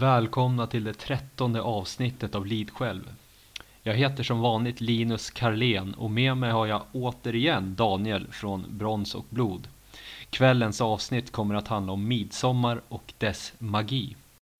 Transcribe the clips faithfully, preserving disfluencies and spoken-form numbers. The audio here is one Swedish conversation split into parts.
Välkomna till det trettonde avsnittet av Lid själv. Jag heter som vanligt Linus Karlén och med mig har jag återigen Daniel från Brons och blod. Kvällens avsnitt kommer att handla om midsommar och dess magi.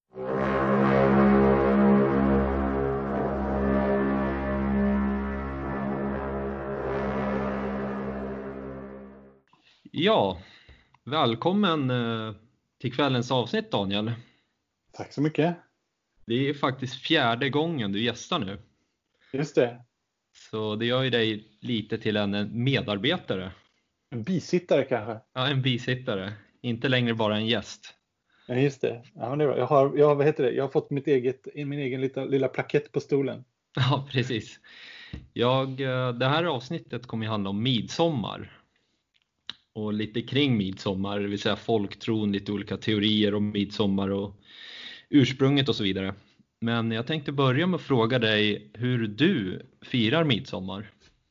Ja, välkommen till kvällens avsnitt, Daniel. Tack så mycket. Det är faktiskt fjärde gången du gästar nu. Just det. Så det gör ju dig lite till en medarbetare. En bisittare kanske? Ja, en bisittare. Inte längre bara en gäst. Ja, just det. Ja, men det var, jag, har, jag, vad heter det? jag har fått mitt eget, min egen lilla, lilla plakett på stolen. Ja, precis. Jag, det här avsnittet kommer ju handla om midsommar. Och lite kring midsommar, det vill säga folktron, lite olika teorier om midsommar och ursprunget och så vidare. Men jag tänkte börja med att fråga dig hur du firar midsommar.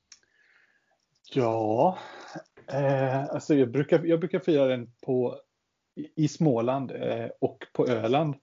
Ja, eh, alltså jag brukar, jag brukar fira den på, i Småland eh, och på Öland.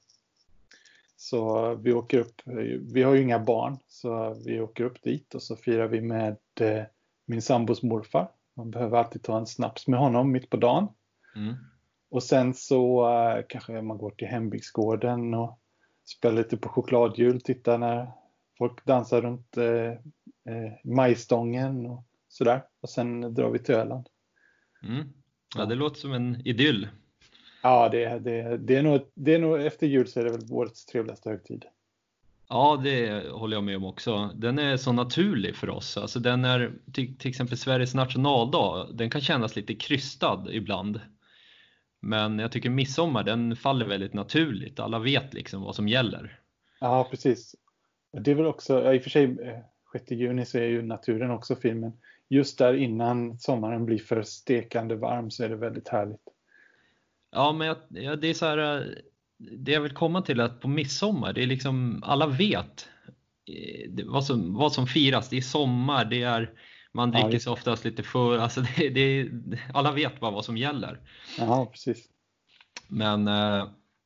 Så vi åker upp, vi har ju inga barn, så vi åker upp dit och så firar vi med eh, min sambos morfar. Man behöver alltid ta en snaps med honom mitt på dagen. Mm. Och sen så eh, kanske man går till hembygdsgården och spelar lite på chokladhjul, titta när folk dansar runt eh, eh, majstången och sådär. Och sen drar vi till Öland. Mm. Ja, det låter som en idyll. Ja, det, det, det, är nog, det är nog efter jul så är det väl årets trevligaste högtid. Ja, det håller jag med om också. Den är så naturlig för oss. Alltså den är till, till exempel Sveriges nationaldag. Den kan kännas lite krystad ibland. Men jag tycker midsommar, den faller väldigt naturligt. Alla vet liksom vad som gäller. Ja, precis. Det är väl också, ja, i och för sig sjätte juni så är ju naturen också fin. Men just där innan sommaren blir för stekande varm så är det väldigt härligt. Ja, men jag, ja, det är så här, det jag vill komma till att på midsommar, det är liksom, alla vet vad som, vad som firas. Det är sommar, det är, man dricker ja, så oftast lite för, alltså det, det, alla vet bara vad som gäller. Ja, precis. Men eh,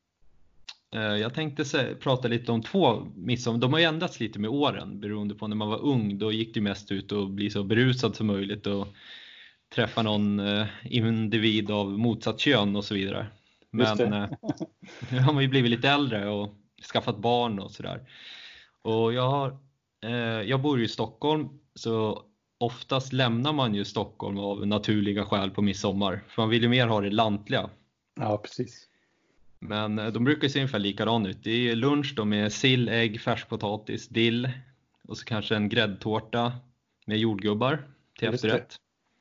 jag tänkte se, prata lite om två midsommar. De har ju ändrats lite med åren beroende på när man var ung. Då gick det mest ut och bli så berusad som möjligt och träffa någon eh, individ av motsatt kön och så vidare. Men eh, nu har man ju blivit lite äldre och skaffat barn och sådär. Och jag, har, eh, jag bor ju i Stockholm, så oftast lämnar man ju Stockholm av naturliga skäl på midsommar. För man vill ju mer ha det lantliga. Ja, precis. Men eh, de brukar se ungefär likadan ut. Det är lunch då med sill, ägg, färskpotatis, dill och så kanske en gräddtårta med jordgubbar till efterrätt.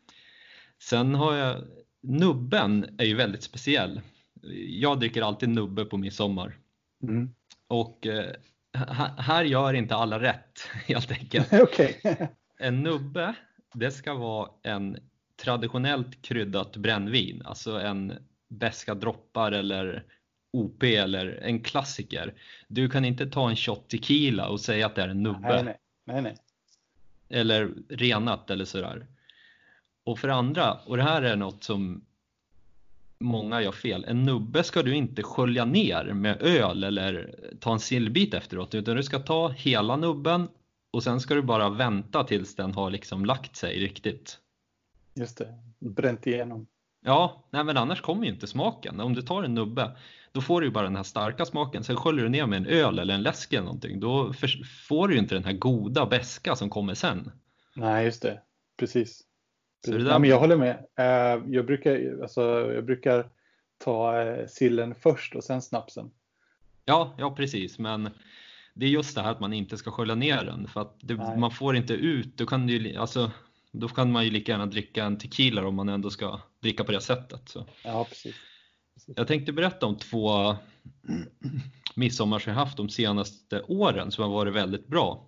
Sen har jag, nubben är ju väldigt speciell. Jag dricker alltid nubbe på midsommar. Mm. Och eh, här gör inte alla rätt helt enkelt. Okay. En nubbe, det ska vara en traditionellt kryddat brännvin. Alltså en beska droppar eller O P eller en klassiker. Du kan inte ta en shot tequila och säga att det är en nubbe. Nej, nej. nej, nej. Eller renat eller sådär. Och för andra, och det här är något som många gör fel. En nubbe ska du inte skölja ner med öl eller ta en sillbit efteråt. Utan du ska ta hela nubben och sen ska du bara vänta tills den har liksom lagt sig riktigt. Just det, bränt igenom. Ja, nej, men annars kommer ju inte smaken. Om du tar en nubbe, då får du ju bara den här starka smaken. Sen sköljer du ner med en öl eller en läsk eller någonting. Då får du ju inte den här goda beska som kommer sen. Nej, just det. Precis. Så det där... ja, men jag håller med. Jag brukar, alltså, jag brukar ta sillen först och sen snapsen. Ja, ja, precis. Men det är just det här att man inte ska skölja ner den. För att det, man får inte ut. Då kan, du, alltså, då kan man ju lika gärna dricka en tequila om man ändå ska dricka på det sättet. Så. Ja, precis. precis. Jag tänkte berätta om två midsommar som jag haft de senaste åren som har varit väldigt bra.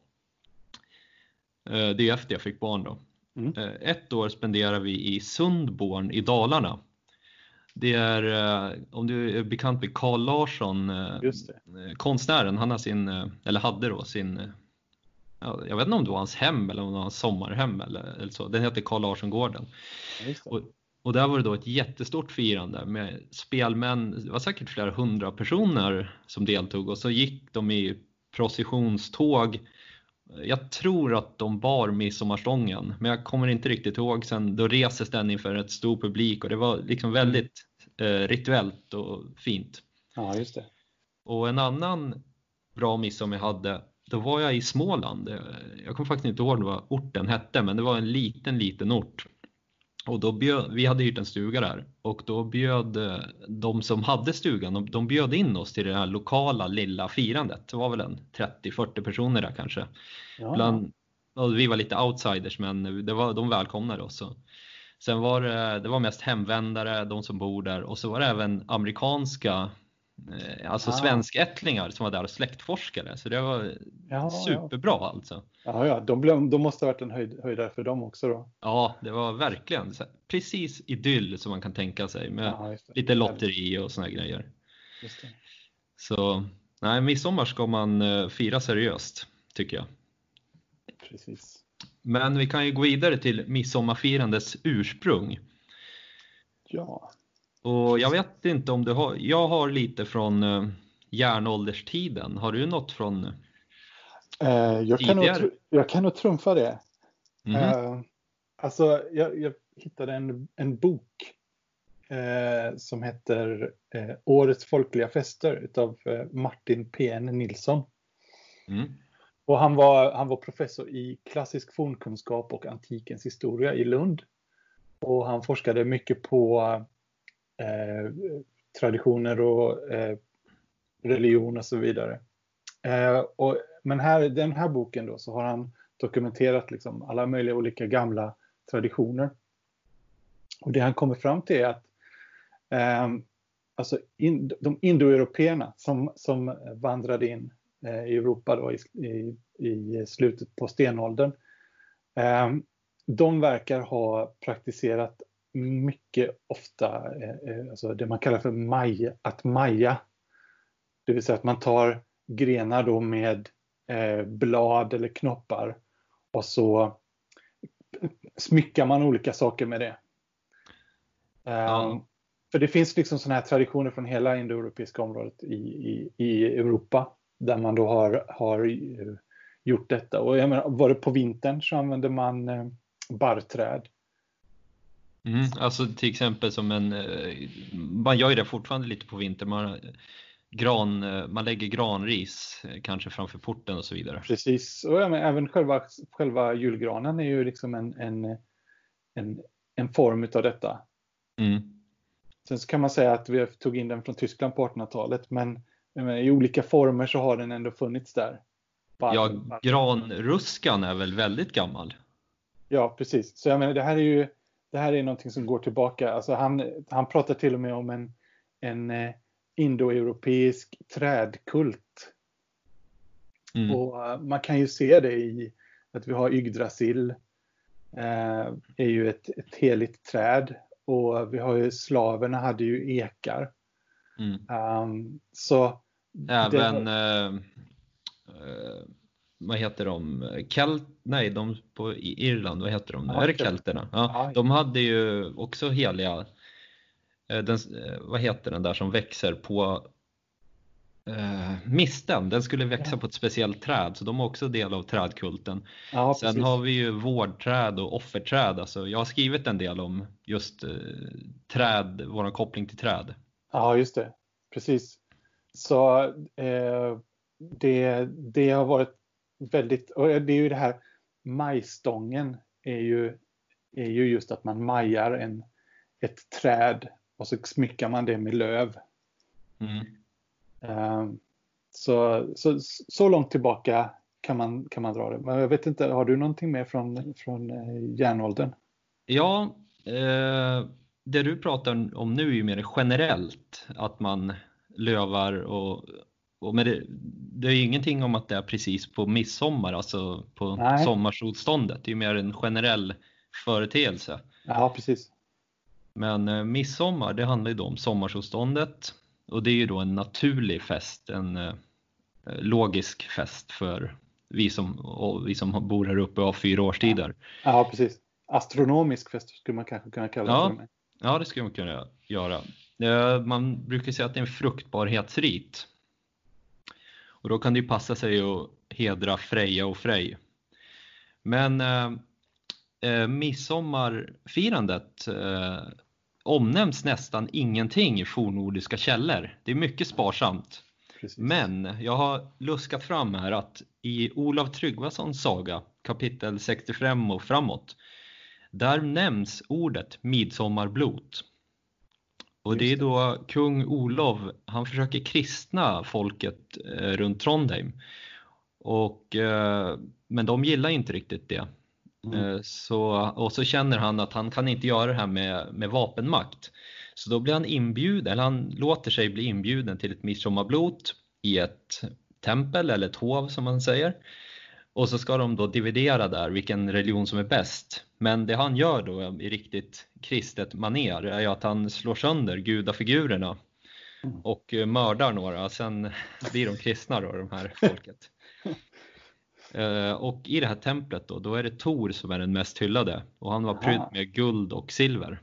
Det är efter jag fick barn då. Mm. Ett år spenderar vi i Sundborn i Dalarna. Det är, om du är bekant med Carl Larsson, Just det. konstnären, han har sin, eller hade då sin, jag vet inte om det var hans hem eller om det var hans sommarhem eller, eller så. Den heter Carl Larsson-gården. Just det. Och Och där var det då ett jättestort firande med spelmän, det var säkert flera hundra personer som deltog, och så gick de i processionståg. Jag tror att de bar midsommarstången, men jag kommer inte riktigt ihåg. Sen då reses den inför ett stor publik och det var liksom väldigt eh, rituellt och fint. Ja, just det. Och en annan bra midsommar jag hade, då var jag i Småland. Jag kommer faktiskt inte ihåg vad orten hette, men det var en liten, liten ort. Och då bjöd, vi hade hyrt en stuga där, och då bjöd de som hade stugan, de, de bjöd in oss till det här lokala lilla firandet. Det var väl en trettio fyrtio personer där kanske. Ja. Bland, vi var lite outsiders, men det var, de välkomnade oss. Så. Sen var det, det var mest hemvändare, de som bor där, och så var det även amerikanska, alltså ah. svenskättlingar som var där och släktforskare. Så det var ja, superbra ja. alltså. Ja, ja. De, blev, de måste ha varit en höjd, höjdare för dem också då. Ja, det var verkligen precis idyll som man kan tänka sig, med ja, lite lotteri och såna grejer. Just det. Så nej, midsommar ska man fira seriöst, tycker jag. Precis. Men vi kan ju gå vidare till midsommarfirandets ursprung. Ja. Och jag vet inte om du har, jag har lite från uh, järnålderstiden. Har du något från uh, jag, kan nog, jag kan nog trumfa det. Mm-hmm. Uh, alltså jag, jag hittade en, en bok uh, som heter uh, Årets folkliga fester utav uh, Martin P N Nilsson. Mm. Och han var, han var professor i klassisk fornkunskap och antikens historia i Lund. Och han forskade mycket på eh, traditioner och eh, religion och så vidare. Eh, och, men här, den här boken då, så har han dokumenterat liksom alla möjliga olika gamla traditioner. Och det han kommer fram till är att eh, alltså in, de indoeuropeerna som, som vandrade in i Europa då, i, i, i slutet på stenåldern. Eh, de verkar ha praktiserat mycket ofta eh, alltså det man kallar för maj, att maja. Det vill säga att man tar grenar då med eh, blad eller knoppar, och så smyckar man olika saker med det. Eh, ja. För det finns liksom sådana här traditioner från hela indoeuropeiska området i, i, i Europa, där man då har, har gjort detta. Och jag menar, var det på vintern så använde man eh, barrträd. Mm, alltså till exempel som en, man gör ju det fortfarande lite på vintern. Man, gran, man lägger granris kanske framför porten och så vidare. Precis, och ja, men även själva, själva julgranen är ju liksom en, en, en, en form av detta. Mm. Sen så kan man säga att vi tog in den från Tyskland på artonhundratalet, men i olika former så har den ändå funnits där. Bara, ja, granruskan är väl väldigt gammal. Ja, precis. Så jag menar, det här är ju det här är någonting som går tillbaka. Alltså han, han pratar till och med om en, en eh, indoeuropeisk trädkult. Mm. Och uh, man kan ju se det i att vi har Yggdrasil. Eh, är ju ett, ett heligt träd. Och vi har ju slaverna hade ju ekar. Mm. Um, så även det... uh, uh, vad heter de? Kelt, nej, de på Irland, vad heter de? Ja, är det kelterna? Ja, ja. De hade ju också heliga uh, den, uh, vad heter den där som växer på uh, misten? Den skulle växa ja. på ett speciellt träd, så de är också del av trädkulten. Ja, sen har vi ju vårdträd och offerträd. Alltså, jag har skrivit en del om just uh, träd, vår koppling till träd. Ja, just det. Precis. Så eh, det, det har varit väldigt, och det är ju det här, majstången är ju, är ju just att man majar en, ett träd och så smyckar man det med löv. Mm. Eh, så, så, så långt tillbaka kan man, kan man dra det. Men jag vet inte, har du någonting mer från, från eh, järnåldern? Ja, eh... det du pratar om nu är ju mer generellt, att man lövar och, och men det, det är ju ingenting om att det är precis på midsommar, alltså på Nej. sommarsolståndet. Det är ju mer en generell företeelse. Ja, precis. Men eh, midsommar, det handlar ju då om sommarsolståndet, och det är ju då en naturlig fest, en eh, logisk fest för vi som, och vi som bor här uppe av fyra årstider. Ja, ja precis. Astronomisk fest skulle man kanske kunna kalla det. Ja. Ja, det skulle man kunna göra. Eh, Man brukar säga att det är en fruktbarhetsrit. Och då kan det ju passa sig att hedra Freja och Frej. Men eh, eh, midsommarfirandet eh, omnämns nästan ingenting i fornnordiska källor. Det är mycket sparsamt. Precis. Men jag har luskat fram här att i Olav Tryggvasons saga, kapitel sextiofem och framåt, där nämns ordet midsommarblot. Och det är då kung Olof, han försöker kristna folket eh, runt Trondheim. Och, eh, men de gillar inte riktigt det. Mm. Eh, så, och så känner han att han kan inte göra det här med, med vapenmakt. Så då blir han inbjuden, eller han låter sig bli inbjuden till ett midsommarblot i ett tempel eller ett hov som man säger. Och så ska de då dividera där vilken religion som är bäst. Men det han gör då i riktigt kristet maner är ju att han slår sönder gudafigurerna och mördar några. Sen blir de kristna då, de här folket. Och i det här templet då, då är det Tor som är den mest hyllade. Och han var prydd med guld och silver.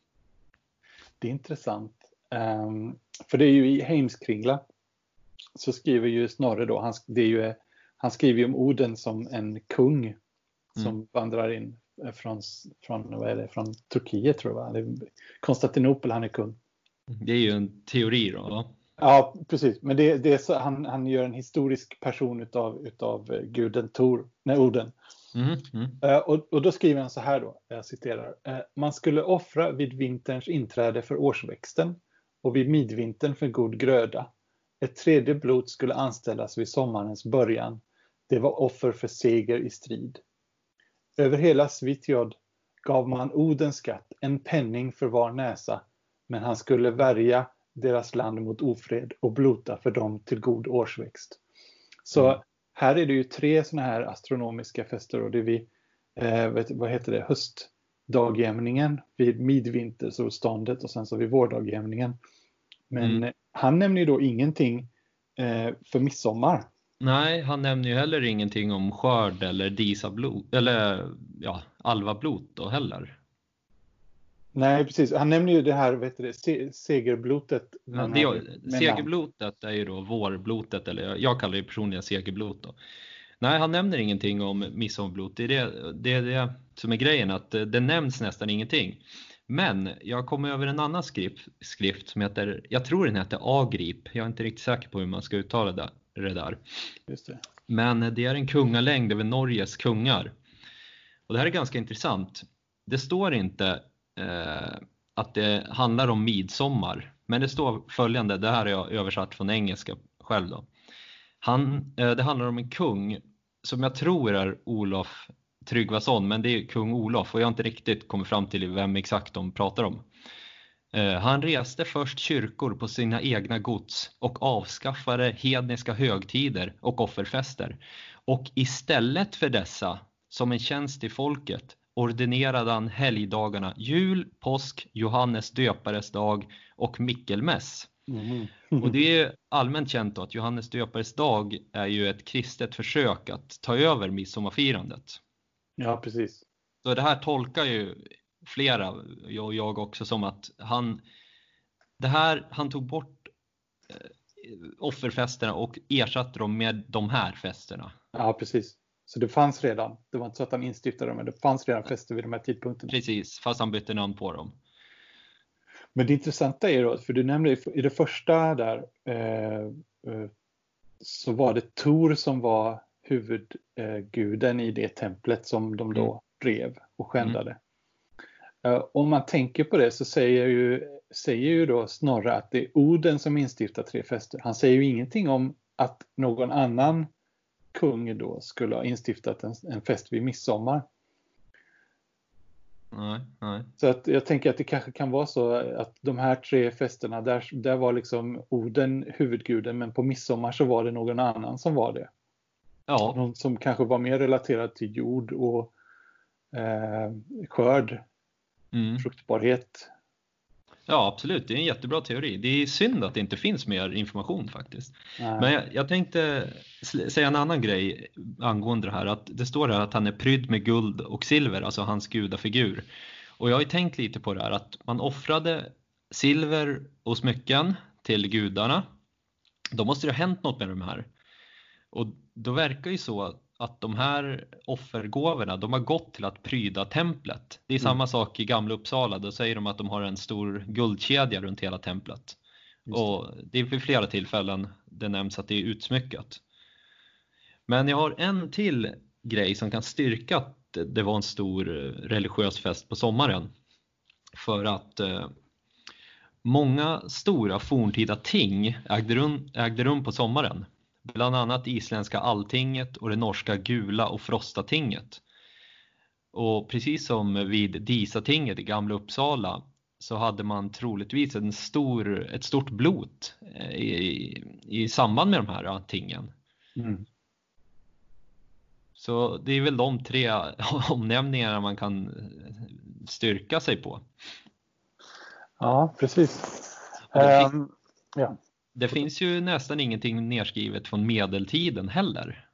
Det är intressant. Um, för det är ju i Heimskringla så skriver ju Snorre då, han, det är ju, han skriver ju om Oden som en kung som mm. vandrar in från, från, vad är det, från Turkiet tror jag. Det är Konstantinopel, han är kung. Det är ju en teori då, va? Ja, precis. Men det, det är så, han, han gör en historisk person utav, utav guden Tor, nej, Oden. Mm, mm. Uh, och, och då skriver han så här då, jag citerar. Uh, man skulle offra vid vinterns inträde för årsväxten och vid midvintern för god gröda. Ett tredje blot skulle anställas vid sommarens början. Det var offer för seger i strid. Över hela Svitjod gav man Odens skatt, en penning för var näsa, men han skulle värja deras land mot ofred och blota för dem till god årsväxt. Så mm. här är det ju tre såna här astronomiska fester, och det är vi, eh, vet, vad heter det, höstdagjämningen vid midvintersolståndet och sen så vid vårdagjämningen. Men mm. han nämner ju då ingenting eh, för midsommar. Nej, han nämner ju heller ingenting om skörd eller disablot eller ja, alvablot då heller. Nej, precis. Han nämner ju det här, vet du, se- segerblotet. Ja, det, är, segerblotet är ju då vårblotet, eller jag kallar det personligen segerblot då. Nej, han nämner ingenting om midsommarblot. Det är det, det är det som är grejen, att det nämns nästan ingenting. Men jag kom över en annan skrift, skrift som heter, jag tror den heter Agrip. Jag är inte riktigt säker på hur man ska uttala det, det där. Just det. Men det är en kungalängd över Norges kungar. Och det här är ganska intressant. Det står inte eh, att det handlar om midsommar. Men det står följande, det här är jag översatt från engelska själv då. Han, eh, det handlar om en kung som jag tror är Olof Tryggvason, men det är kung Olof och jag har inte riktigt kommit fram till vem exakt de pratar om. Eh, han reste först kyrkor på sina egna gods och avskaffade hedniska högtider och offerfester. Och istället för dessa, som en tjänst till folket, ordinerade han helgdagarna jul, påsk, Johannes döpares dag och Mickelmäss. Mm. Och det är allmänt känt då att Johannes döpares dag är ju ett kristet försök att ta över midsommarfirandet. Ja, precis. Så det här tolkar ju flera, jag och jag också, som att han, det här, han tog bort eh, offerfesterna och ersatte dem med de här festerna. Ja, precis. Så det fanns redan, det var inte så att han instiftade dem, men det fanns redan fester vid de här tidpunkterna. Precis, fast han bytte namn på dem. Men det intressanta är då, för du nämnde i det första där eh, eh, så var det Tor som var huvudguden eh, i det templet som de då mm. rev och skändade. Mm. Eh, om man tänker på det så säger ju, säger ju då Snorre att det är Oden som instiftar tre fester. Han säger ju ingenting om att någon annan kung då skulle ha instiftat en, en fest vid midsommar. Nej, nej. Så att jag tänker att det kanske kan vara så att de här tre festerna, där, där var liksom Oden huvudguden, men på midsommar så var det någon annan som var det. Ja. Någon som kanske var mer relaterad till jord och eh, skörd, mm. fruktbarhet. Ja, absolut. Det är en jättebra teori. Det är synd att det inte finns mer information faktiskt. Nej. Men jag, jag tänkte säga en annan grej angående det här. Att det står här att han är prydd med guld och silver, alltså hans gudafigur. Och jag har ju tänkt lite på det här att man offrade silver och smycken till gudarna. Då måste det ha hänt något med de här. Och då verkar ju så att de här offergåvorna, de har gått till att pryda templet. Det är samma mm. sak i Gamla Uppsala. Då säger de att de har en stor guldkedja runt hela templet. Det. Och det är vid flera tillfällen det nämns att det är utsmyckat. Men jag har en till grej som kan styrka att det var en stor religiös fest på sommaren. För att eh, många stora forntida ting ägde rum, ägde rum på sommaren. Bland annat isländska Alltinget och det norska Gula och Frostatinget. Och precis som vid Disatinget i Gamla Uppsala så hade man troligtvis en stor, ett stort blot i, i samband med de här tingen. Mm. Så det är väl de tre omnämningarna man kan styrka sig på. Ja, precis. Det, fin- um, ja. det finns ju nästan ingenting nedskrivet från medeltiden heller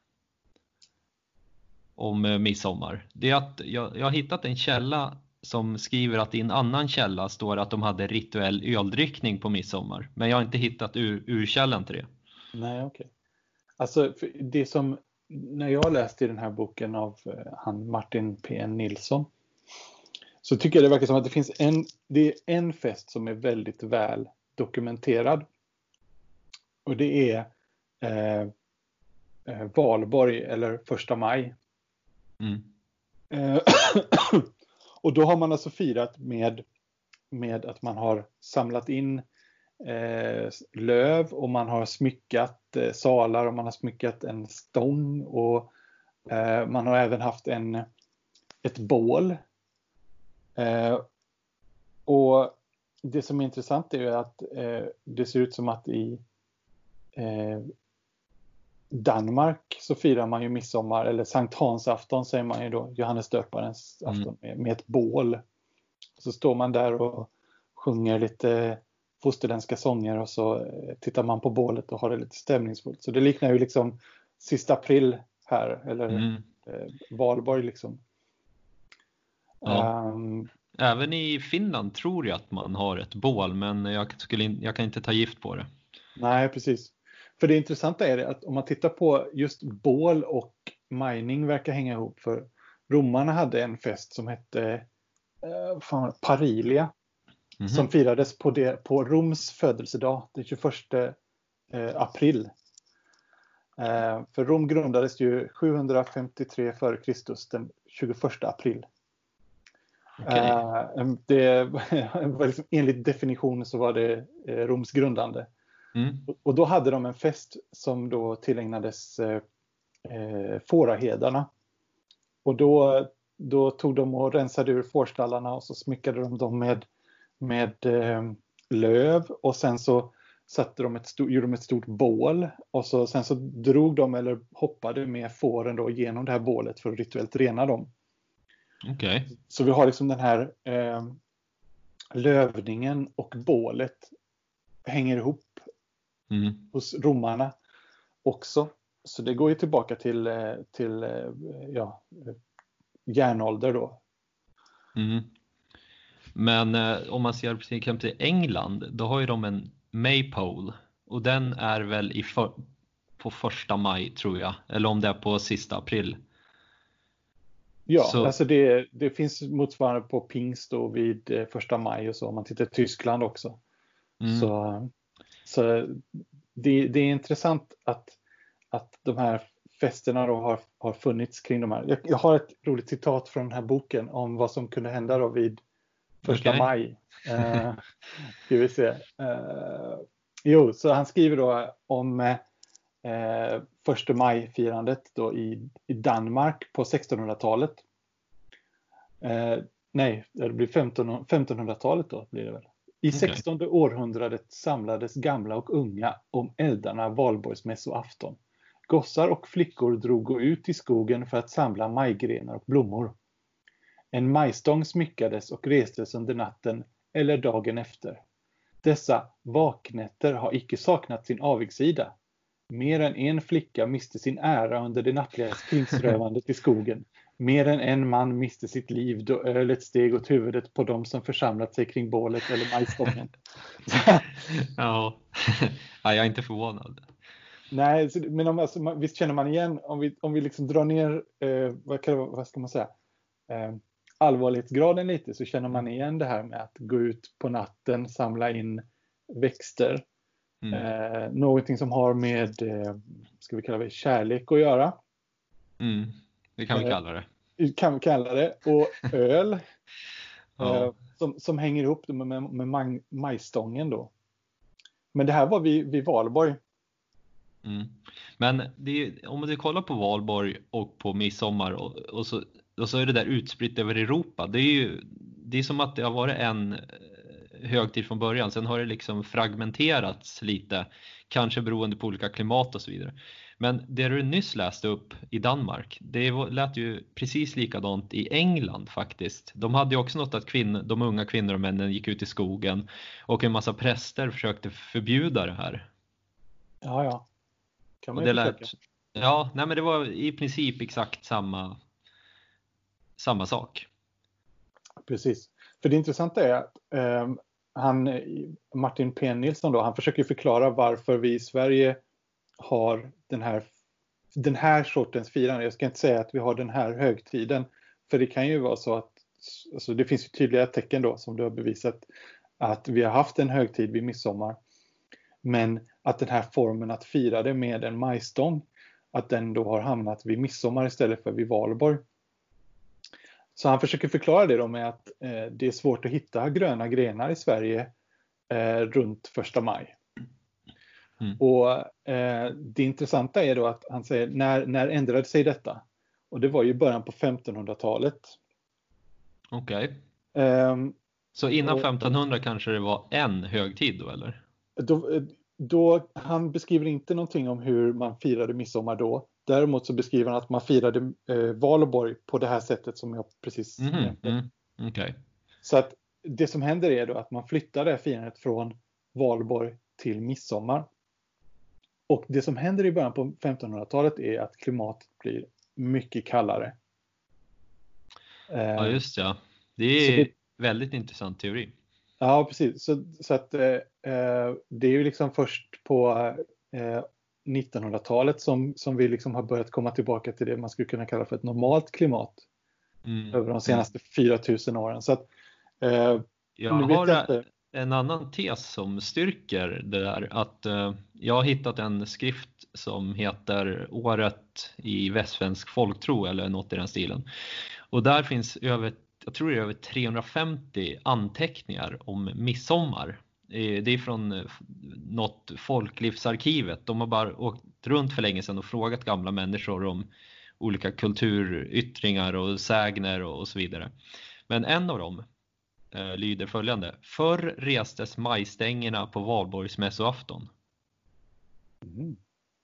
om midsommar. Det är att jag, jag har hittat en källa som skriver att i en annan källa står att de hade rituell öldryckning på midsommar. Men jag har inte hittat ur, urkällan till det. Nej, okej. Okay. Alltså det som, när jag läste i den här boken av han Martin P N Nilsson, så tycker jag det verkar som att det finns en, det är en fest som är väldigt väl dokumenterad. Och det är eh, eh, Valborg eller första maj. Mm. Eh, och då har man alltså firat med, med att man har samlat in eh, löv och man har smyckat eh, salar och man har smyckat en stång och eh, man har även haft en, ett bål. Eh, och det som är intressant är ju att eh, det ser ut som att i eh, Danmark så firar man ju midsommar, eller Sankt Hans afton säger man ju då, Johannes döparens afton, mm. med, med ett bål. Så står man där och sjunger lite fosterländska sånger och så eh, tittar man på bålet och har det lite stämningsfullt. Så det liknar ju liksom sista april här, eller mm. eh, Valborg liksom. Ja. Um, Även i Finland tror jag att man har ett bål, men jag, skulle in, jag kan inte ta gift på det. Nej, precis. För det intressanta är att om man tittar på just bål och mining verkar hänga ihop. För romarna hade en fest som hette eh, fan, Parilia. Mm-hmm. Som firades på, det, på Roms födelsedag, den tjugoförsta eh, april. Eh, för Rom grundades ju sjuhundrafemtiotre före Kristus den tjugoförsta april. Okay. Uh, det var liksom, enligt definition så var det eh, Roms grundande. Mm. Och, och då hade de en fest som då tillägnades eh, fårahedarna. Och då, då tog de och rensade ur fårstallarna och så smyckade de dem med, med eh, löv. Och sen så satte de ett stort, gjorde de ett stort bål. Och så, sen så drog de eller hoppade med fåren då genom det här bålet för att rituellt rena dem. Okay. Så vi har liksom den här eh, lövningen och bålet hänger ihop mm. hos romarna också. Så det går ju tillbaka till, till ja, järnålder då. Mm. Men eh, om man ser till exempel i England, då har ju de en maypole. Och den är väl i för, på första maj tror jag. Eller om det är på sista april. Ja, så. Alltså det, det finns motsvarande på pingst då vid eh, första maj och så. Om man tittar i Tyskland också. Mm. Så, så det, det är intressant att, att de här festerna då har, har funnits kring de här. Jag, jag har ett roligt citat från den här boken om vad som kunde hända då vid första okay. maj. Uh, ska vi se. Uh, jo, så han skriver då om uh, första maj-firandet då i, i Danmark på sextonhundratalet. Uh, nej, det blir femtonhundratalet då blir det väl. I okay. sextonde århundradet samlades gamla och unga om eldarna valborgsmässoafton. Gossar och flickor drog ut i skogen för att samla majgrenar och blommor. En majstång smyckades och restes under natten eller dagen efter. Dessa vaknätter har icke saknat sin avigsida. Mer än en flicka miste sin ära under det nattliga kringsrövandet i skogen. Mer än en man miste sitt liv då ölet steg åt huvudet på dem som församlat sig kring bålet eller majstången. Ja. Ja, jag är inte förvånad. Nej, men om, alltså, visst känner man igen, om vi, om vi liksom drar ner, eh, vad, kan, vad ska man säga, eh, allvarlighetsgraden lite, så känner man igen det här med att gå ut på natten, samla in växter. Mm. Eh, någonting som har med, eh, ska vi kalla det, kärlek att göra. Mm. Det kan vi kalla det. Eh, kan vi kalla det. Och öl, ja. eh, som, som hänger ihop med, med, med maj, majstången då. Men det här var vid, vid Valborg. Mm. Men det, om du kollar på Valborg och på midsommar och, och, så, och så är det där utspritt över Europa. Det är ju det är som att det har varit en högtid från början. Sen har det liksom fragmenterats lite. Kanske beroende på olika klimat och så vidare. Men det du nyss läste upp i Danmark, det lät ju precis likadant i England faktiskt. De hade ju också något att kvinn, de unga kvinnor och männen gick ut i skogen och en massa präster försökte förbjuda det här. Ja, ja. Kan man och ju det försöka. lät, ja, nej men det var i princip exakt samma, samma sak. Precis. För det intressanta är att eh, han, Martin P. Nilsson då, han försöker förklara varför vi i Sverige har den här, den här sortens firande. Jag ska inte säga att vi har den här högtiden. För det kan ju vara så att, alltså det finns ju tydliga tecken då som du har bevisat, att vi har haft en högtid vid midsommar. Men att den här formen att fira det med en majstång, att den då har hamnat vid midsommar istället för vid Valborg. Så han försöker förklara det då med att eh, det är svårt att hitta gröna grenar i Sverige eh, runt första maj. Mm. Och eh, det intressanta är då att han säger, när, när ändrade sig detta? Och det var ju början på femtonhundratalet. Okej. Okay. Eh, Så innan och, femtonhundra kanske det var en högtid då, eller? Då, då, han beskriver inte någonting om hur man firade midsommar då. Däremot så beskriver han att man firade eh, Valborg på det här sättet som jag precis mm, nämnde. Mm, okay. Så att det som händer är då att man flyttar det här firandet från Valborg till midsommar. Och det som händer i början på femtonhundratalet är att klimatet blir mycket kallare. Ja, just ja. Det är det, väldigt intressant teori. Ja, precis. Så, så att eh, det är ju liksom först på eh, nittonhundratalet som, som vi liksom har börjat komma tillbaka till det man skulle kunna kalla för ett normalt klimat. Mm. Över de senaste mm. fyra tusen åren. Så att, eh, jag har jag inte... en annan tes som styrker det där. Att eh, jag har hittat en skrift som heter Året i västsvensk folktro eller något i den stilen. Och där finns över, jag tror det är över trehundrafemtio anteckningar om midsommar. Det är från något folklivsarkivet. De har bara åkt runt för länge sedan och frågat gamla människor om olika kulturyttringar och sägner och så vidare. Men en av dem eh, lyder följande. Förr restes majstängerna på Valborgsmässoafton. Mm.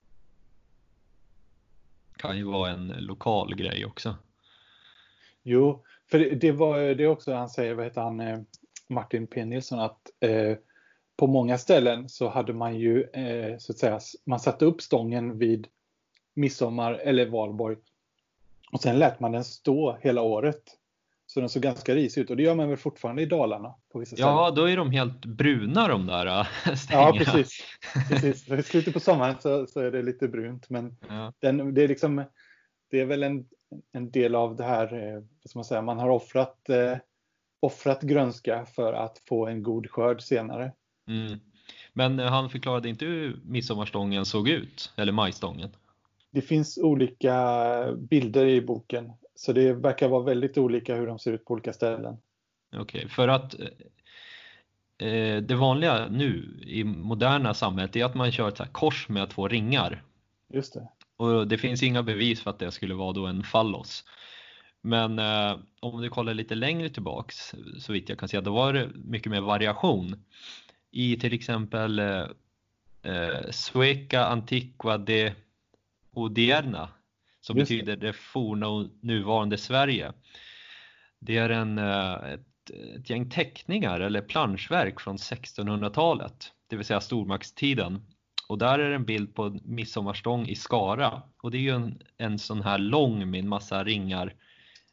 Kan ju vara en lokal grej också. Jo, för det, det var det också han säger, vad heter han, Martin P. Nilsson, att eh, på många ställen så hade man ju eh, så att säga, man satte upp stången vid midsommar eller Valborg och sen lät man den stå hela året. Så den såg ganska risig ut och det gör man väl fortfarande i Dalarna på vissa ställen. Ja, då är de helt bruna de där Ja, stängerna. precis. precis. I slutet på sommaren så, så är det lite brunt, men ja. den, det är liksom det är väl en, en del av det här, eh, vad ska man säga, man har offrat eh, offrat grönska för att få en god skörd senare. Mm. Men han förklarade inte hur midsommarstången såg ut, eller majstången? Det finns olika bilder i boken, så det verkar vara väldigt olika hur de ser ut på olika ställen. Okej, okay, för att eh, det vanliga nu i moderna samhället är att man kör ett här kors med två ringar. Just det. Och det finns inga bevis för att det skulle vara då en fallos. Men eh, om du kollar lite längre tillbaks, så vitt jag kan säga, då var det mycket mer variation. I till exempel eh, eh, Sueca Antiqua de Odierna, som Just betyder det. det forna och nuvarande Sverige. Det är en, eh, ett, ett gäng teckningar eller planschverk från sextonhundratalet, det vill säga stormaktstiden. Och där är en bild på midsommarstång i Skara. Och det är ju en, en sån här lång med en massa ringar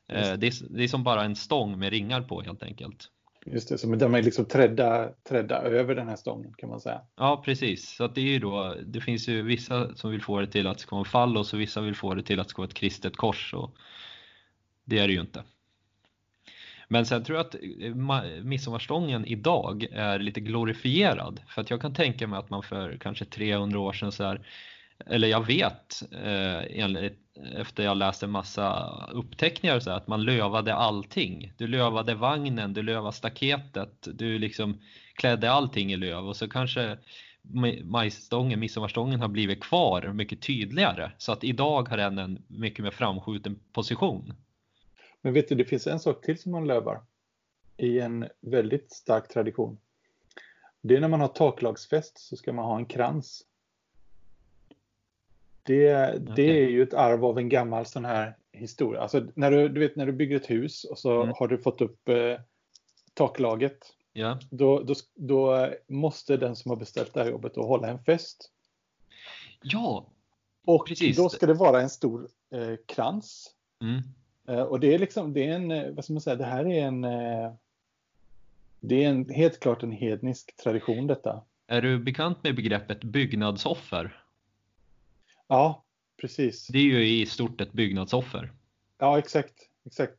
Eh, det, är, det är som bara en stång med ringar på helt enkelt. Just det, så de är liksom trädda, trädda över den här stången kan man säga. Ja, precis. Så att det är ju då, det finns ju vissa som vill få det till att det ska vara en fall och så vissa vill få det till att det ska vara ett kristet kors. Och det är det ju inte. Men sen tror jag att midsommarstången idag är lite glorifierad. För att jag kan tänka mig att man för kanske trehundra år sedan så här, eller jag vet eh, efter jag läste en massa uppteckningar så här, att man lövade allting. Du lövade vagnen, du lövade staketet, du liksom klädde allting i löv. Och så kanske majstången, midsommarstången har blivit kvar mycket tydligare. Så att idag har den en mycket mer framskjuten position. Men vet du, det finns en sak till som man lövar i en väldigt stark tradition. Det är när man har taklagsfest så ska man ha en krans. Det, det okay. är ju ett arv av en gammal sån här historia. Alltså när du, du vet när du bygger ett hus och så mm. har du fått upp eh, taklaget. Ja. Då, då, då måste den som har beställt det här jobbet då hålla en fest. Ja, och precis. Då ska det vara en stor eh, krans. Mm. Eh, och det är liksom, det är en, vad ska man säga, det här är en, eh, det är en, helt klart en hednisk tradition detta. Är du bekant med begreppet byggnadsoffer? Ja, precis. Det är ju i stort ett byggnadsoffer. Ja, exakt, exakt.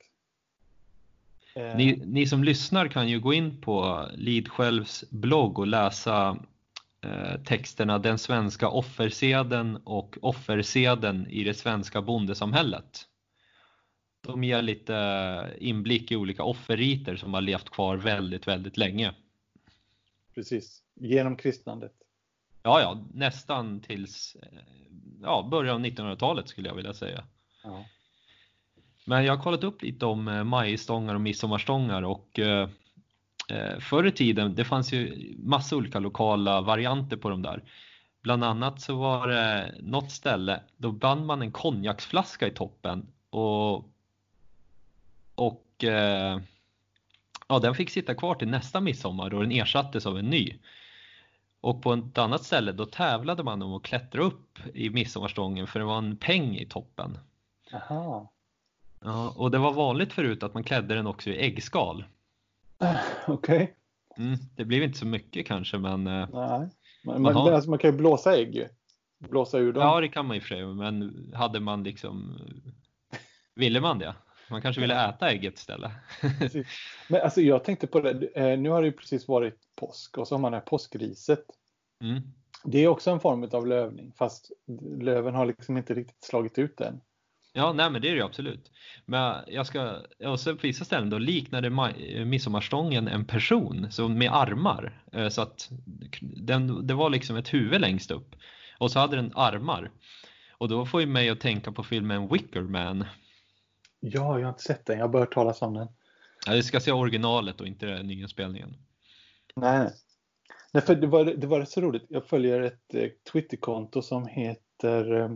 Ni, ni som lyssnar kan ju gå in på Lidsjälvs blogg och läsa eh, texterna Den svenska offerseden och offerseden i det svenska bondesamhället. De ger lite inblick i olika offerriter som har levt kvar väldigt, väldigt länge. Precis, genom kristnandet. Ja, ja, nästan tills ja, början av nittonhundratalet skulle jag vilja säga. Ja. Men jag har kollat upp lite om majstångar och midsommarstångar och eh, förr i tiden, det fanns ju massa olika lokala varianter på de där. Bland annat så var det något ställe, då band man en konjaksflaska i toppen och, och eh, ja, den fick sitta kvar till nästa midsommar och den ersattes av en ny. Och på ett annat ställe då tävlade man om att klättra upp i midsommarstången för det var en peng i toppen. Aha. Ja, och det var vanligt förut att man klädde den också i äggskal. Uh, Okej. Okay. Mm, det blev inte så mycket kanske, men... Nej, man, man, alltså man kan ju blåsa ägg. Blåsa ur dem. Ja, det kan man ju för sig, men hade man liksom... Ville man det? Man kanske ville äta ägget istället. Men alltså jag tänkte på det, nu har det ju precis varit påsk och så har man det här påskriset. Mm. Det är också en form av lövning, fast löven har liksom inte riktigt slagit ut än. Ja, nej men det är det ju absolut. Men jag ska, och så på vissa ställen då liknade midsommarstången en person så med armar. Så att den, det var liksom ett huvud längst upp. Och så hade den armar. Och då får ju mig att tänka på filmen Wicker Man. Ja, jag har inte sett den. Jag har bara hört talas om den. Ja, det ska se originalet och inte den nya spelningen. Nej, nej för det var, det var så roligt. Jag följer ett eh, Twitterkonto som heter... Eh,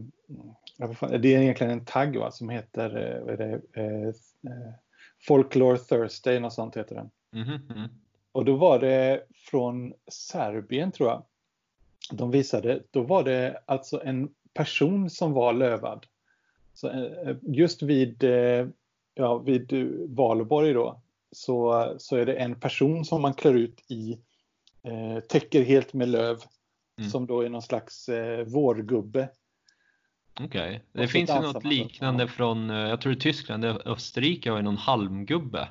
det är egentligen en tagg va, som heter eh, vad är det, eh, Folklore Thursday, något sånt heter den. Mm-hmm. Och då var det från Serbien tror jag. De visade, då var det alltså en person som var lövad. Så just vid, ja, vid Valborg då så, så är det en person som man klär ut i eh, täcker helt med löv mm. som då är någon slags eh, vårgubbe. Okej, okay. Det finns ju något liknande från, jag tror i Tyskland, Österrike har ju någon halmgubbe.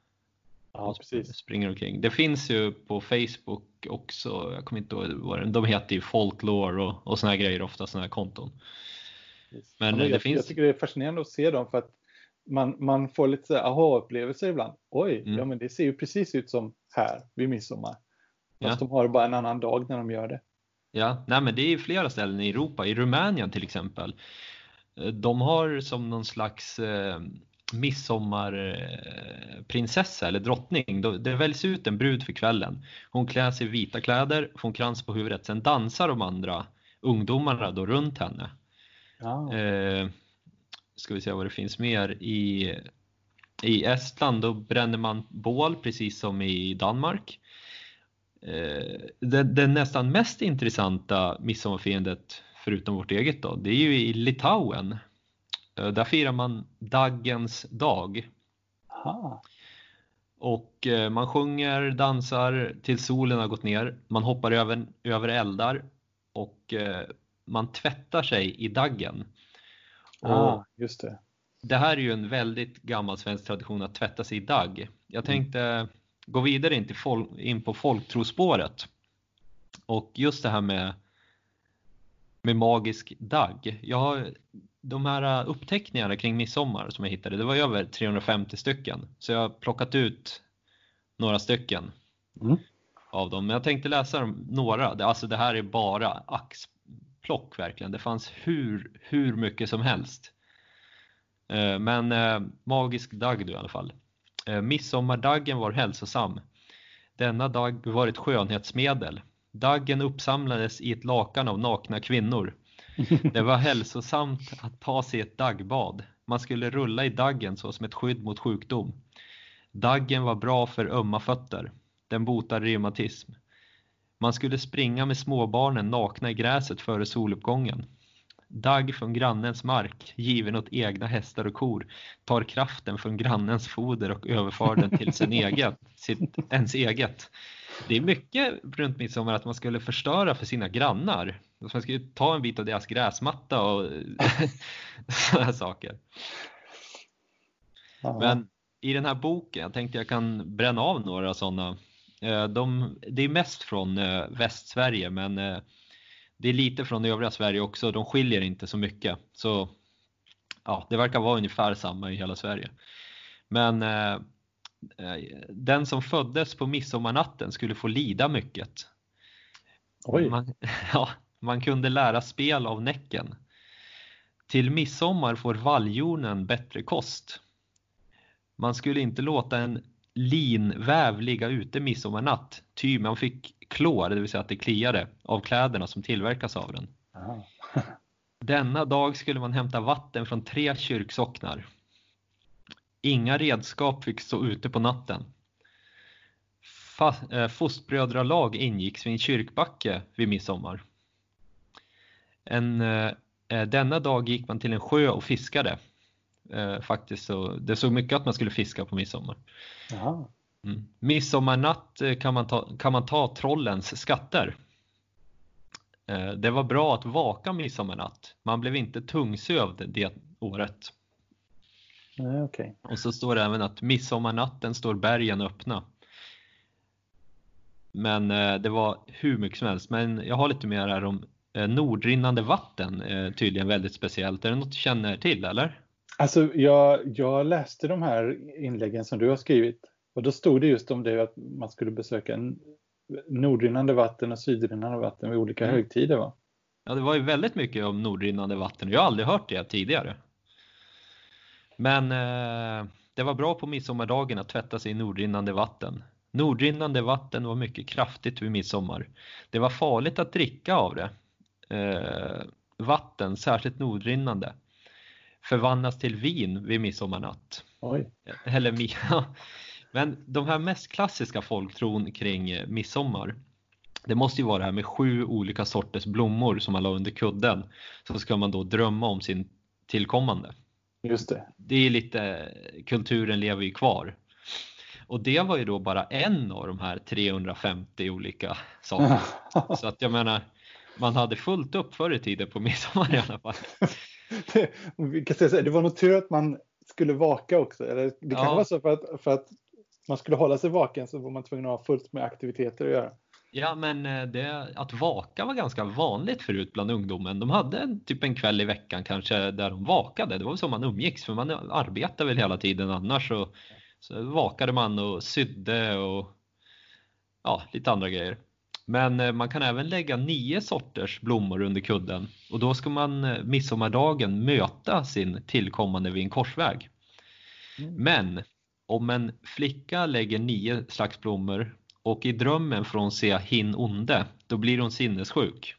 Ja, precis. Springer omkring. Det finns ju på Facebook också, jag kommer inte ihåg vad det, de heter ju Folklore och, och såna här grejer, ofta såna här konton. Men, ja, men det jag, finns... jag tycker det är fascinerande att se dem för att man, man får lite så här aha-upplevelser ibland. Oj, mm. ja men det ser ju precis ut som här vid midsommar. Fast ja. De har bara en annan dag när de gör det. Ja, nej men det är flera ställen i Europa, i Rumänien till exempel. De har som någon slags eh, midsommarprinsessa eller drottning. Det väljs ut en brud för kvällen. Hon klär sig i vita kläder, får en krans på huvudet. Sen dansar de andra ungdomarna då runt henne. Ja. Eh, ska vi se vad det finns mer. I, i Estland då bränner man bål precis som i Danmark. Eh, det, det nästan mest intressanta midsommarfirandet förutom vårt eget då, det är ju i Litauen. Eh, där firar man Daggens dag. Aha. Och eh, man sjunger, dansar till solen har gått ner. Man hoppar över, över eldar och eh, man tvättar sig i daggen. Ah, Och just det. det här är ju en väldigt gammal svensk tradition att tvätta sig i dagg. Jag tänkte gå vidare in, till fol- in på folktrospåret. Och just det här med, med magisk dagg. Jag har de här uppteckningarna kring midsommar som jag hittade. Det var över trehundrafemtio stycken. Så jag har plockat ut några stycken Mm. av dem. Men jag tänkte läsa dem, några. Det- Alltså det här är bara axplock verkligen. Det fanns hur, hur mycket som helst. Eh, Men eh, magisk dag då i alla fall. Eh, Midsommardagen var hälsosam. Denna dag var ett skönhetsmedel. Daggen uppsamlades i ett lakan av nakna kvinnor. Det var hälsosamt att ta sig ett daggbad. Man skulle rulla i daggen så som ett skydd mot sjukdom. Daggen var bra för ömma fötter. Den botar reumatism. Man skulle springa med småbarnen nakna i gräset före soluppgången. Dagg från grannens mark, given åt egna hästar och kor, tar kraften från grannens foder och överför den till sin egen, sitt, ens eget. Det är mycket runt midsommar att man skulle förstöra för sina grannar. Att man skulle ta en bit av deras gräsmatta och sådana här saker. Ja. Men i den här boken, jag tänkte jag kan bränna av några sådana. Eh, De, det är mest från eh, Västsverige, men eh, det är lite från övriga Sverige också. De skiljer inte så mycket. Så ja, det verkar vara ungefär samma i hela Sverige. Men eh, eh, den som föddes på midsommarnatten skulle få lida mycket. Oj. Man, ja, man kunde lära spel av Näcken. Till midsommar får valjonen bättre kost. Man skulle inte låta en linväv ligga ute midsommarnatt, ty man fick klår, det vill säga att det kliade, av kläderna som tillverkas av den. Aha. Denna dag skulle man hämta vatten från tre kyrksocknar. Inga redskap fick stå ute på natten. Fa- eh, Fostbrödralag ingicks vid en kyrkbacke vid midsommar. En, eh, denna dag gick man till en sjö och fiskade. Eh, faktiskt så, det såg mycket att man skulle fiska på midsommar. Aha. Mm. Midsommarnatt eh, kan man ta, kan man ta trollens skatter. Eh, det var bra att vaka midsommarnatt. Man blev inte tungsövd det året. Nej, okej. Och så står det även att midsommarnatten står bergen öppna. Men eh, det var hur mycket som helst. Men jag har lite mer här om eh, nordrinnande vatten. Eh, tydligen väldigt speciellt. Är det något du känner till eller? Alltså, jag, jag läste de här inläggen som du har skrivit. Och då stod det just om det att man skulle besöka en nordrinnande vatten och sydrinnande vatten vid olika Mm. högtider, va? Ja, det var ju väldigt mycket om nordrinnande vatten. Jag har aldrig hört det tidigare. Men eh, det var bra på midsommardagen att tvätta sig i nordrinnande vatten. Nordrinnande vatten var mycket kraftigt vid midsommar. Det var farligt att dricka av det. Eh, vatten, särskilt nordrinnande, förvandlas till vin vid midsommarnatt. Oj. Eller, mi- ja. Men de här mest klassiska folktron kring eh, midsommar, det måste ju vara det här med sju olika sorters blommor som man la under kudden. Så ska man då drömma om sin tillkommande. Just det. Det är lite, kulturen lever ju kvar. Och det var ju då bara en av de här trehundrafemtio olika sakerna. Så att jag menar, man hade fullt upp förr i tiden på midsommar i alla fall. det, vi kan säga så här, det var nog tur att man skulle vaka också. Eller det Ja. kanske var så för att, för att man skulle hålla sig vaken så var man tvungen att ha fullt med aktiviteter att göra. Ja, men det, att vaka var ganska vanligt förut bland ungdomen. De hade en, typ en kväll i veckan kanske där de vakade. Det var så man umgicks, för man arbetade väl hela tiden annars. Så, så vakade man och sydde och ja, lite andra grejer. Men man kan även lägga nio sorters blommor under kudden. Och då ska man midsommardagen möta sin tillkommande vid en korsväg. Mm. Men om en flicka lägger nio slags blommor och i drömmen får hon se hin onde, då blir hon sinnessjuk.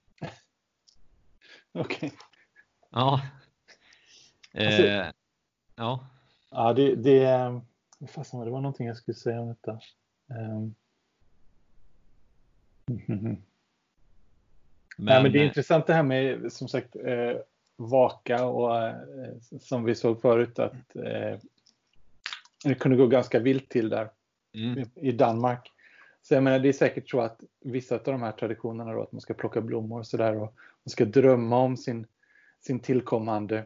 Okej. Ja. Alltså- Eh, ja. Ja, det, det, fast, det var någonting jag skulle säga om detta. Um. Men, Nej, men det är intressant det här med, som sagt, eh, vaka och eh, som vi såg förut att eh, det kunde gå ganska vilt till där Mm. i, i Danmark. Så jag menar, det är säkert så att vissa av de här traditionerna då, att man ska plocka blommor och sådär och man ska drömma om sin, sin tillkommande.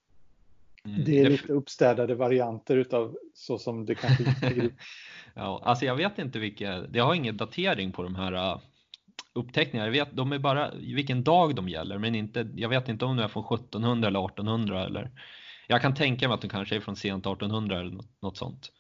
Mm. Det är Det- lite uppstädade varianter utav så som det kanske gick till. Ja, alltså jag vet inte vilka, jag har ingen datering på de här uh, uppteckningarna. Jag vet, de är bara vilken dag de gäller, men inte, jag vet inte om de är från sjuttonhundra eller artonhundra eller, jag kan tänka mig att de kanske är från sent artonhundra eller något, något sånt.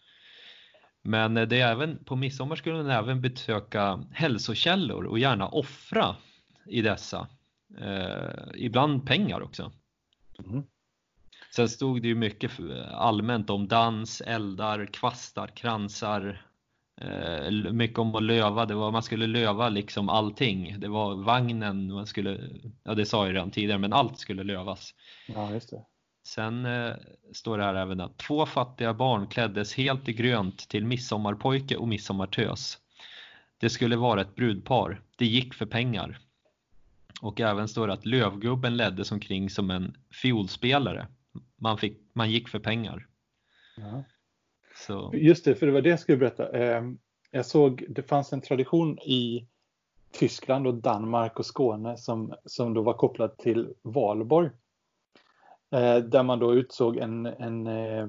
Men eh, det är även, på midsommar skulle man även besöka hälsokällor och gärna offra i dessa. Eh, ibland pengar också. Mm. Sen stod det ju mycket allmänt om dans, eldar, kvastar, kransar. Eh, mycket om att löva. Det var, man skulle löva liksom allting. Det var vagnen man skulle, ja det sa jag redan tidigare, men allt skulle lövas. Ja, just det. Sen eh, står det här även att två fattiga barn kläddes helt i grönt till midsommarpojke och midsommartös. Det skulle vara ett brudpar. Det gick för pengar. Och även står det att lövgubben leddes omkring som en fiolspelare. Man, fick, man gick för pengar. Ja. Så. Just det, för det var det jag skulle berätta. Eh, jag såg, det fanns en tradition i Tyskland och Danmark och Skåne som, som då var kopplad till Valborg. Eh, där man då utsåg en, en eh,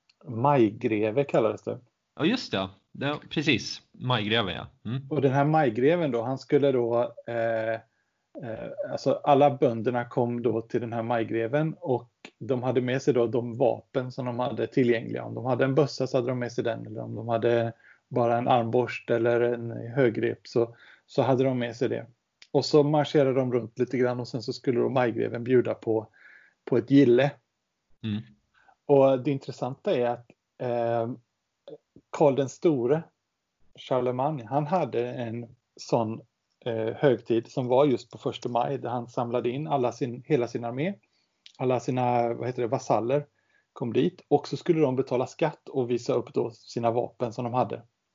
majgreve kallades det. Ja just det, det precis. Majgreve ja. Mm. Och den här majgreven då, han skulle då, eh, eh, alltså alla bönderna kom då till den här majgreven och de hade med sig då de vapen som de hade tillgängliga. Om de hade en bössa så hade de med sig den, eller om de hade bara en armborst eller en högrep så, så hade de med sig det. Och så marscherade de runt lite grann och sen så skulle då majgreven bjuda på, på ett gille. Mm. Och det intressanta är att eh, Karl den store, Charlemagne, han hade en sån eh, högtid som var just på första maj där han samlade in alla sin, hela sin armé, alla sina vad heter det, vasaller kom dit och så skulle de betala skatt och visa upp då sina vapen som de hade.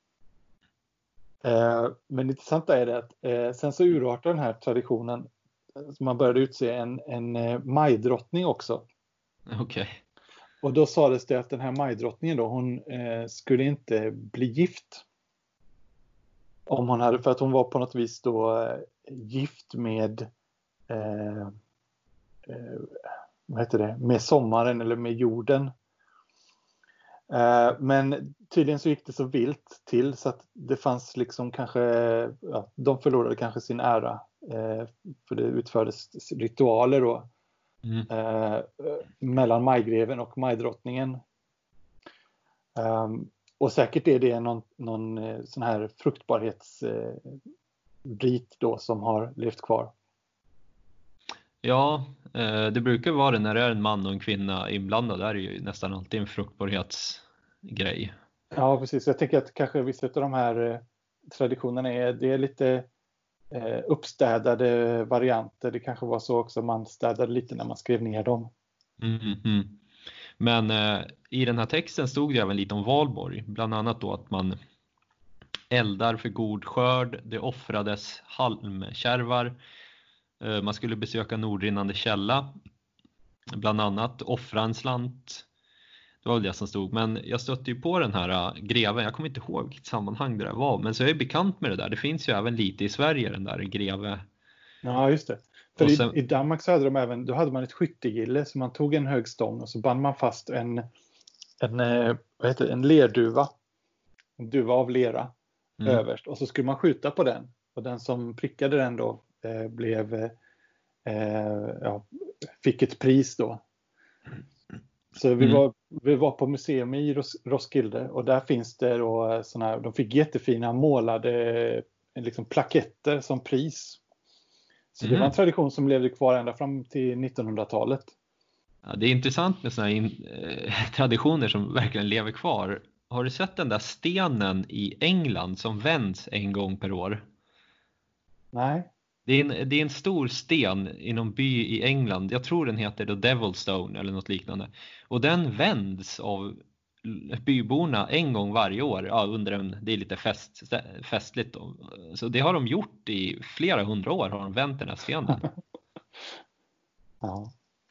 Eh, men det intressanta är det att eh, sen så urartade den här traditionen så man började utse en, en eh, majdrottning också. Okej. Okay. Och då sades det att den här majdrottningen då, hon eh, skulle inte bli gift. Om hon hade, för att hon var på något vis då eh, gift med eh, eh, vad heter det, med sommaren eller med jorden. Eh, men tydligen så gick det så vilt till så att det fanns liksom kanske, ja, de förlorade kanske sin ära. Eh, för det utfördes ritualer då. Mm. Eh, mellan majgreven och majdrottningen. Um, och säkert är det någon, någon eh, sån här fruktbarhetsrit eh, då som har levt kvar. Ja, eh, det brukar vara det när det är en man och en kvinna inblandad. Det är ju nästan alltid en fruktbarhetsgrej. Ja, precis. Jag tänker att kanske vissa av de här eh, traditionerna är, det är lite eh, uppstädade varianter. Det kanske var så också, man städade lite när man skrev ner dem. Mm, mm. Men eh, i den här texten stod det även lite om Valborg. Bland annat då att man eldar för god skörd. Det offrades halmkärvar. Eh, man skulle besöka nordrinnande källa. Bland annat offra en slant. Det var väl det som stod. Men jag stötte ju på den här uh, greven. Jag kommer inte ihåg vilket sammanhang det där var. Men så är jag bekant med det där. Det finns ju även lite i Sverige, den där greve. Ja, just det. För sen, i, i Danmark så hade de även, då hade man ett skyttegille. Så man tog en hög stång och så band man fast en, en, vad heter det, en lerduva. En duva av lera mm. överst. Och så skulle man skjuta på den. Och den som prickade den då eh, blev, eh, ja, fick ett pris då. Så vi, mm. var, vi var på museum i Ros- Roskilde och där finns det då såna här, de fick jättefina målade liksom plaketter som pris. Så mm. det var en tradition som levde kvar ända fram till nittonhundratalet. Ja, det är intressant med såna här in, eh, traditioner som verkligen lever kvar. Har du sett den där stenen i England som vänds en gång per år? Nej. Det är, en, det är en stor sten i någon by i England. Jag tror den heter The Devil's Stone eller något liknande. Och den vänds av byborna en gång varje år. Ja, under en, det är lite fest, festligt då. Så det har de gjort i flera hundra år. Har de vänt den här stenen. Ja.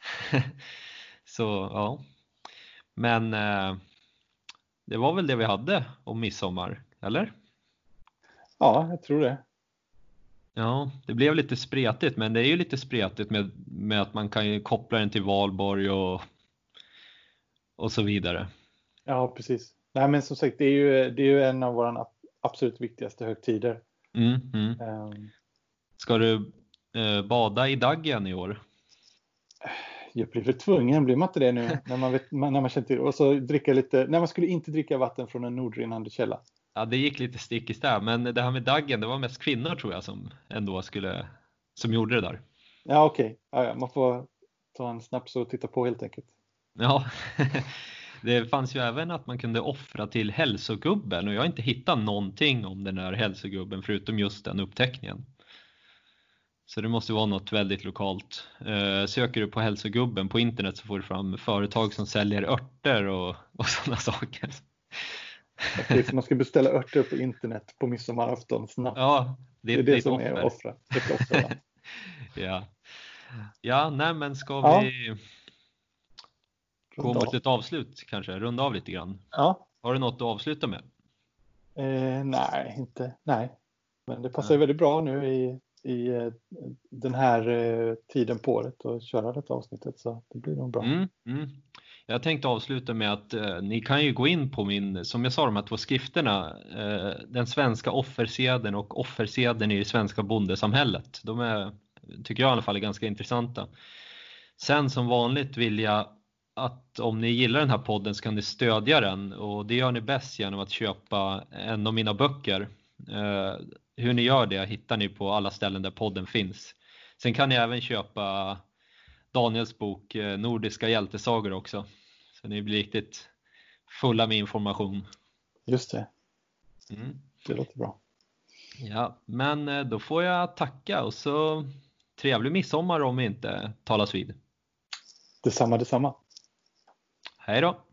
Så ja. Men eh, det var väl det vi hade om midsommar, eller? Ja, jag tror det. Ja, det blev lite spretigt, men det är ju lite spretigt med, med att man kan ju koppla den till valborg och, och så vidare. Ja, precis. Nej, men som sagt, det är ju, det är ju en av våra absolut viktigaste högtider. Mm, mm. Um, Ska du eh, bada i Daggen i år? jag blir väl tvungen, blir man inte det nu när man, vet, när man känner till. Och så dricka lite, när man skulle inte dricka vatten från en nordrinnande källa. Ja, det gick lite stick i stäv, men det här med Daggen, det var mest kvinnor tror jag som ändå skulle, som gjorde det där. Ja, okej. Okay. Ja, ja, man får ta en snaps och titta på helt enkelt. Ja, det fanns ju även att man kunde offra till hälsogubben, och jag har inte hittat någonting om den här hälsogubben förutom just den uppteckningen. Så det måste vara något väldigt lokalt. Eh, söker du på hälsogubben på internet så får du fram företag som säljer örter och, och sådana saker. Okej, så man ska beställa örter på internet på midsommarafton snabbt. Ja, det, det är det, det som offer. är offra. Ett offer, ja. Ja. Ja, nej men ska Ja. vi gå mot ett avslut kanske? Runda av lite grann. Ja. Har du något att avsluta med? Eh, nej, inte. Nej. Men det passar nej. väldigt bra nu i, i eh, den här eh, tiden på året att köra detta avsnittet, så det blir nog bra. Mm, mm. Jag tänkte avsluta med att eh, ni kan ju gå in på min, som jag sa, de här två skrifterna, eh, den svenska offerseden och offerseden i det svenska bondesamhället. De är, tycker jag i alla fall, är ganska intressanta. Sen som vanligt vill jag att om ni gillar den här podden så kan ni stödja den, och det gör ni bäst genom att köpa en av mina böcker. Eh, hur ni gör det hittar ni på alla ställen där podden finns. Sen kan ni även köpa Daniels bok Nordiska hjältesagor också. Så ni blir riktigt fulla med information. Just det. Mm. Det låter bra. Ja, men då får jag tacka, och så trevlig midsommar om vi inte talas vid. Detsamma, detsamma. Hej då.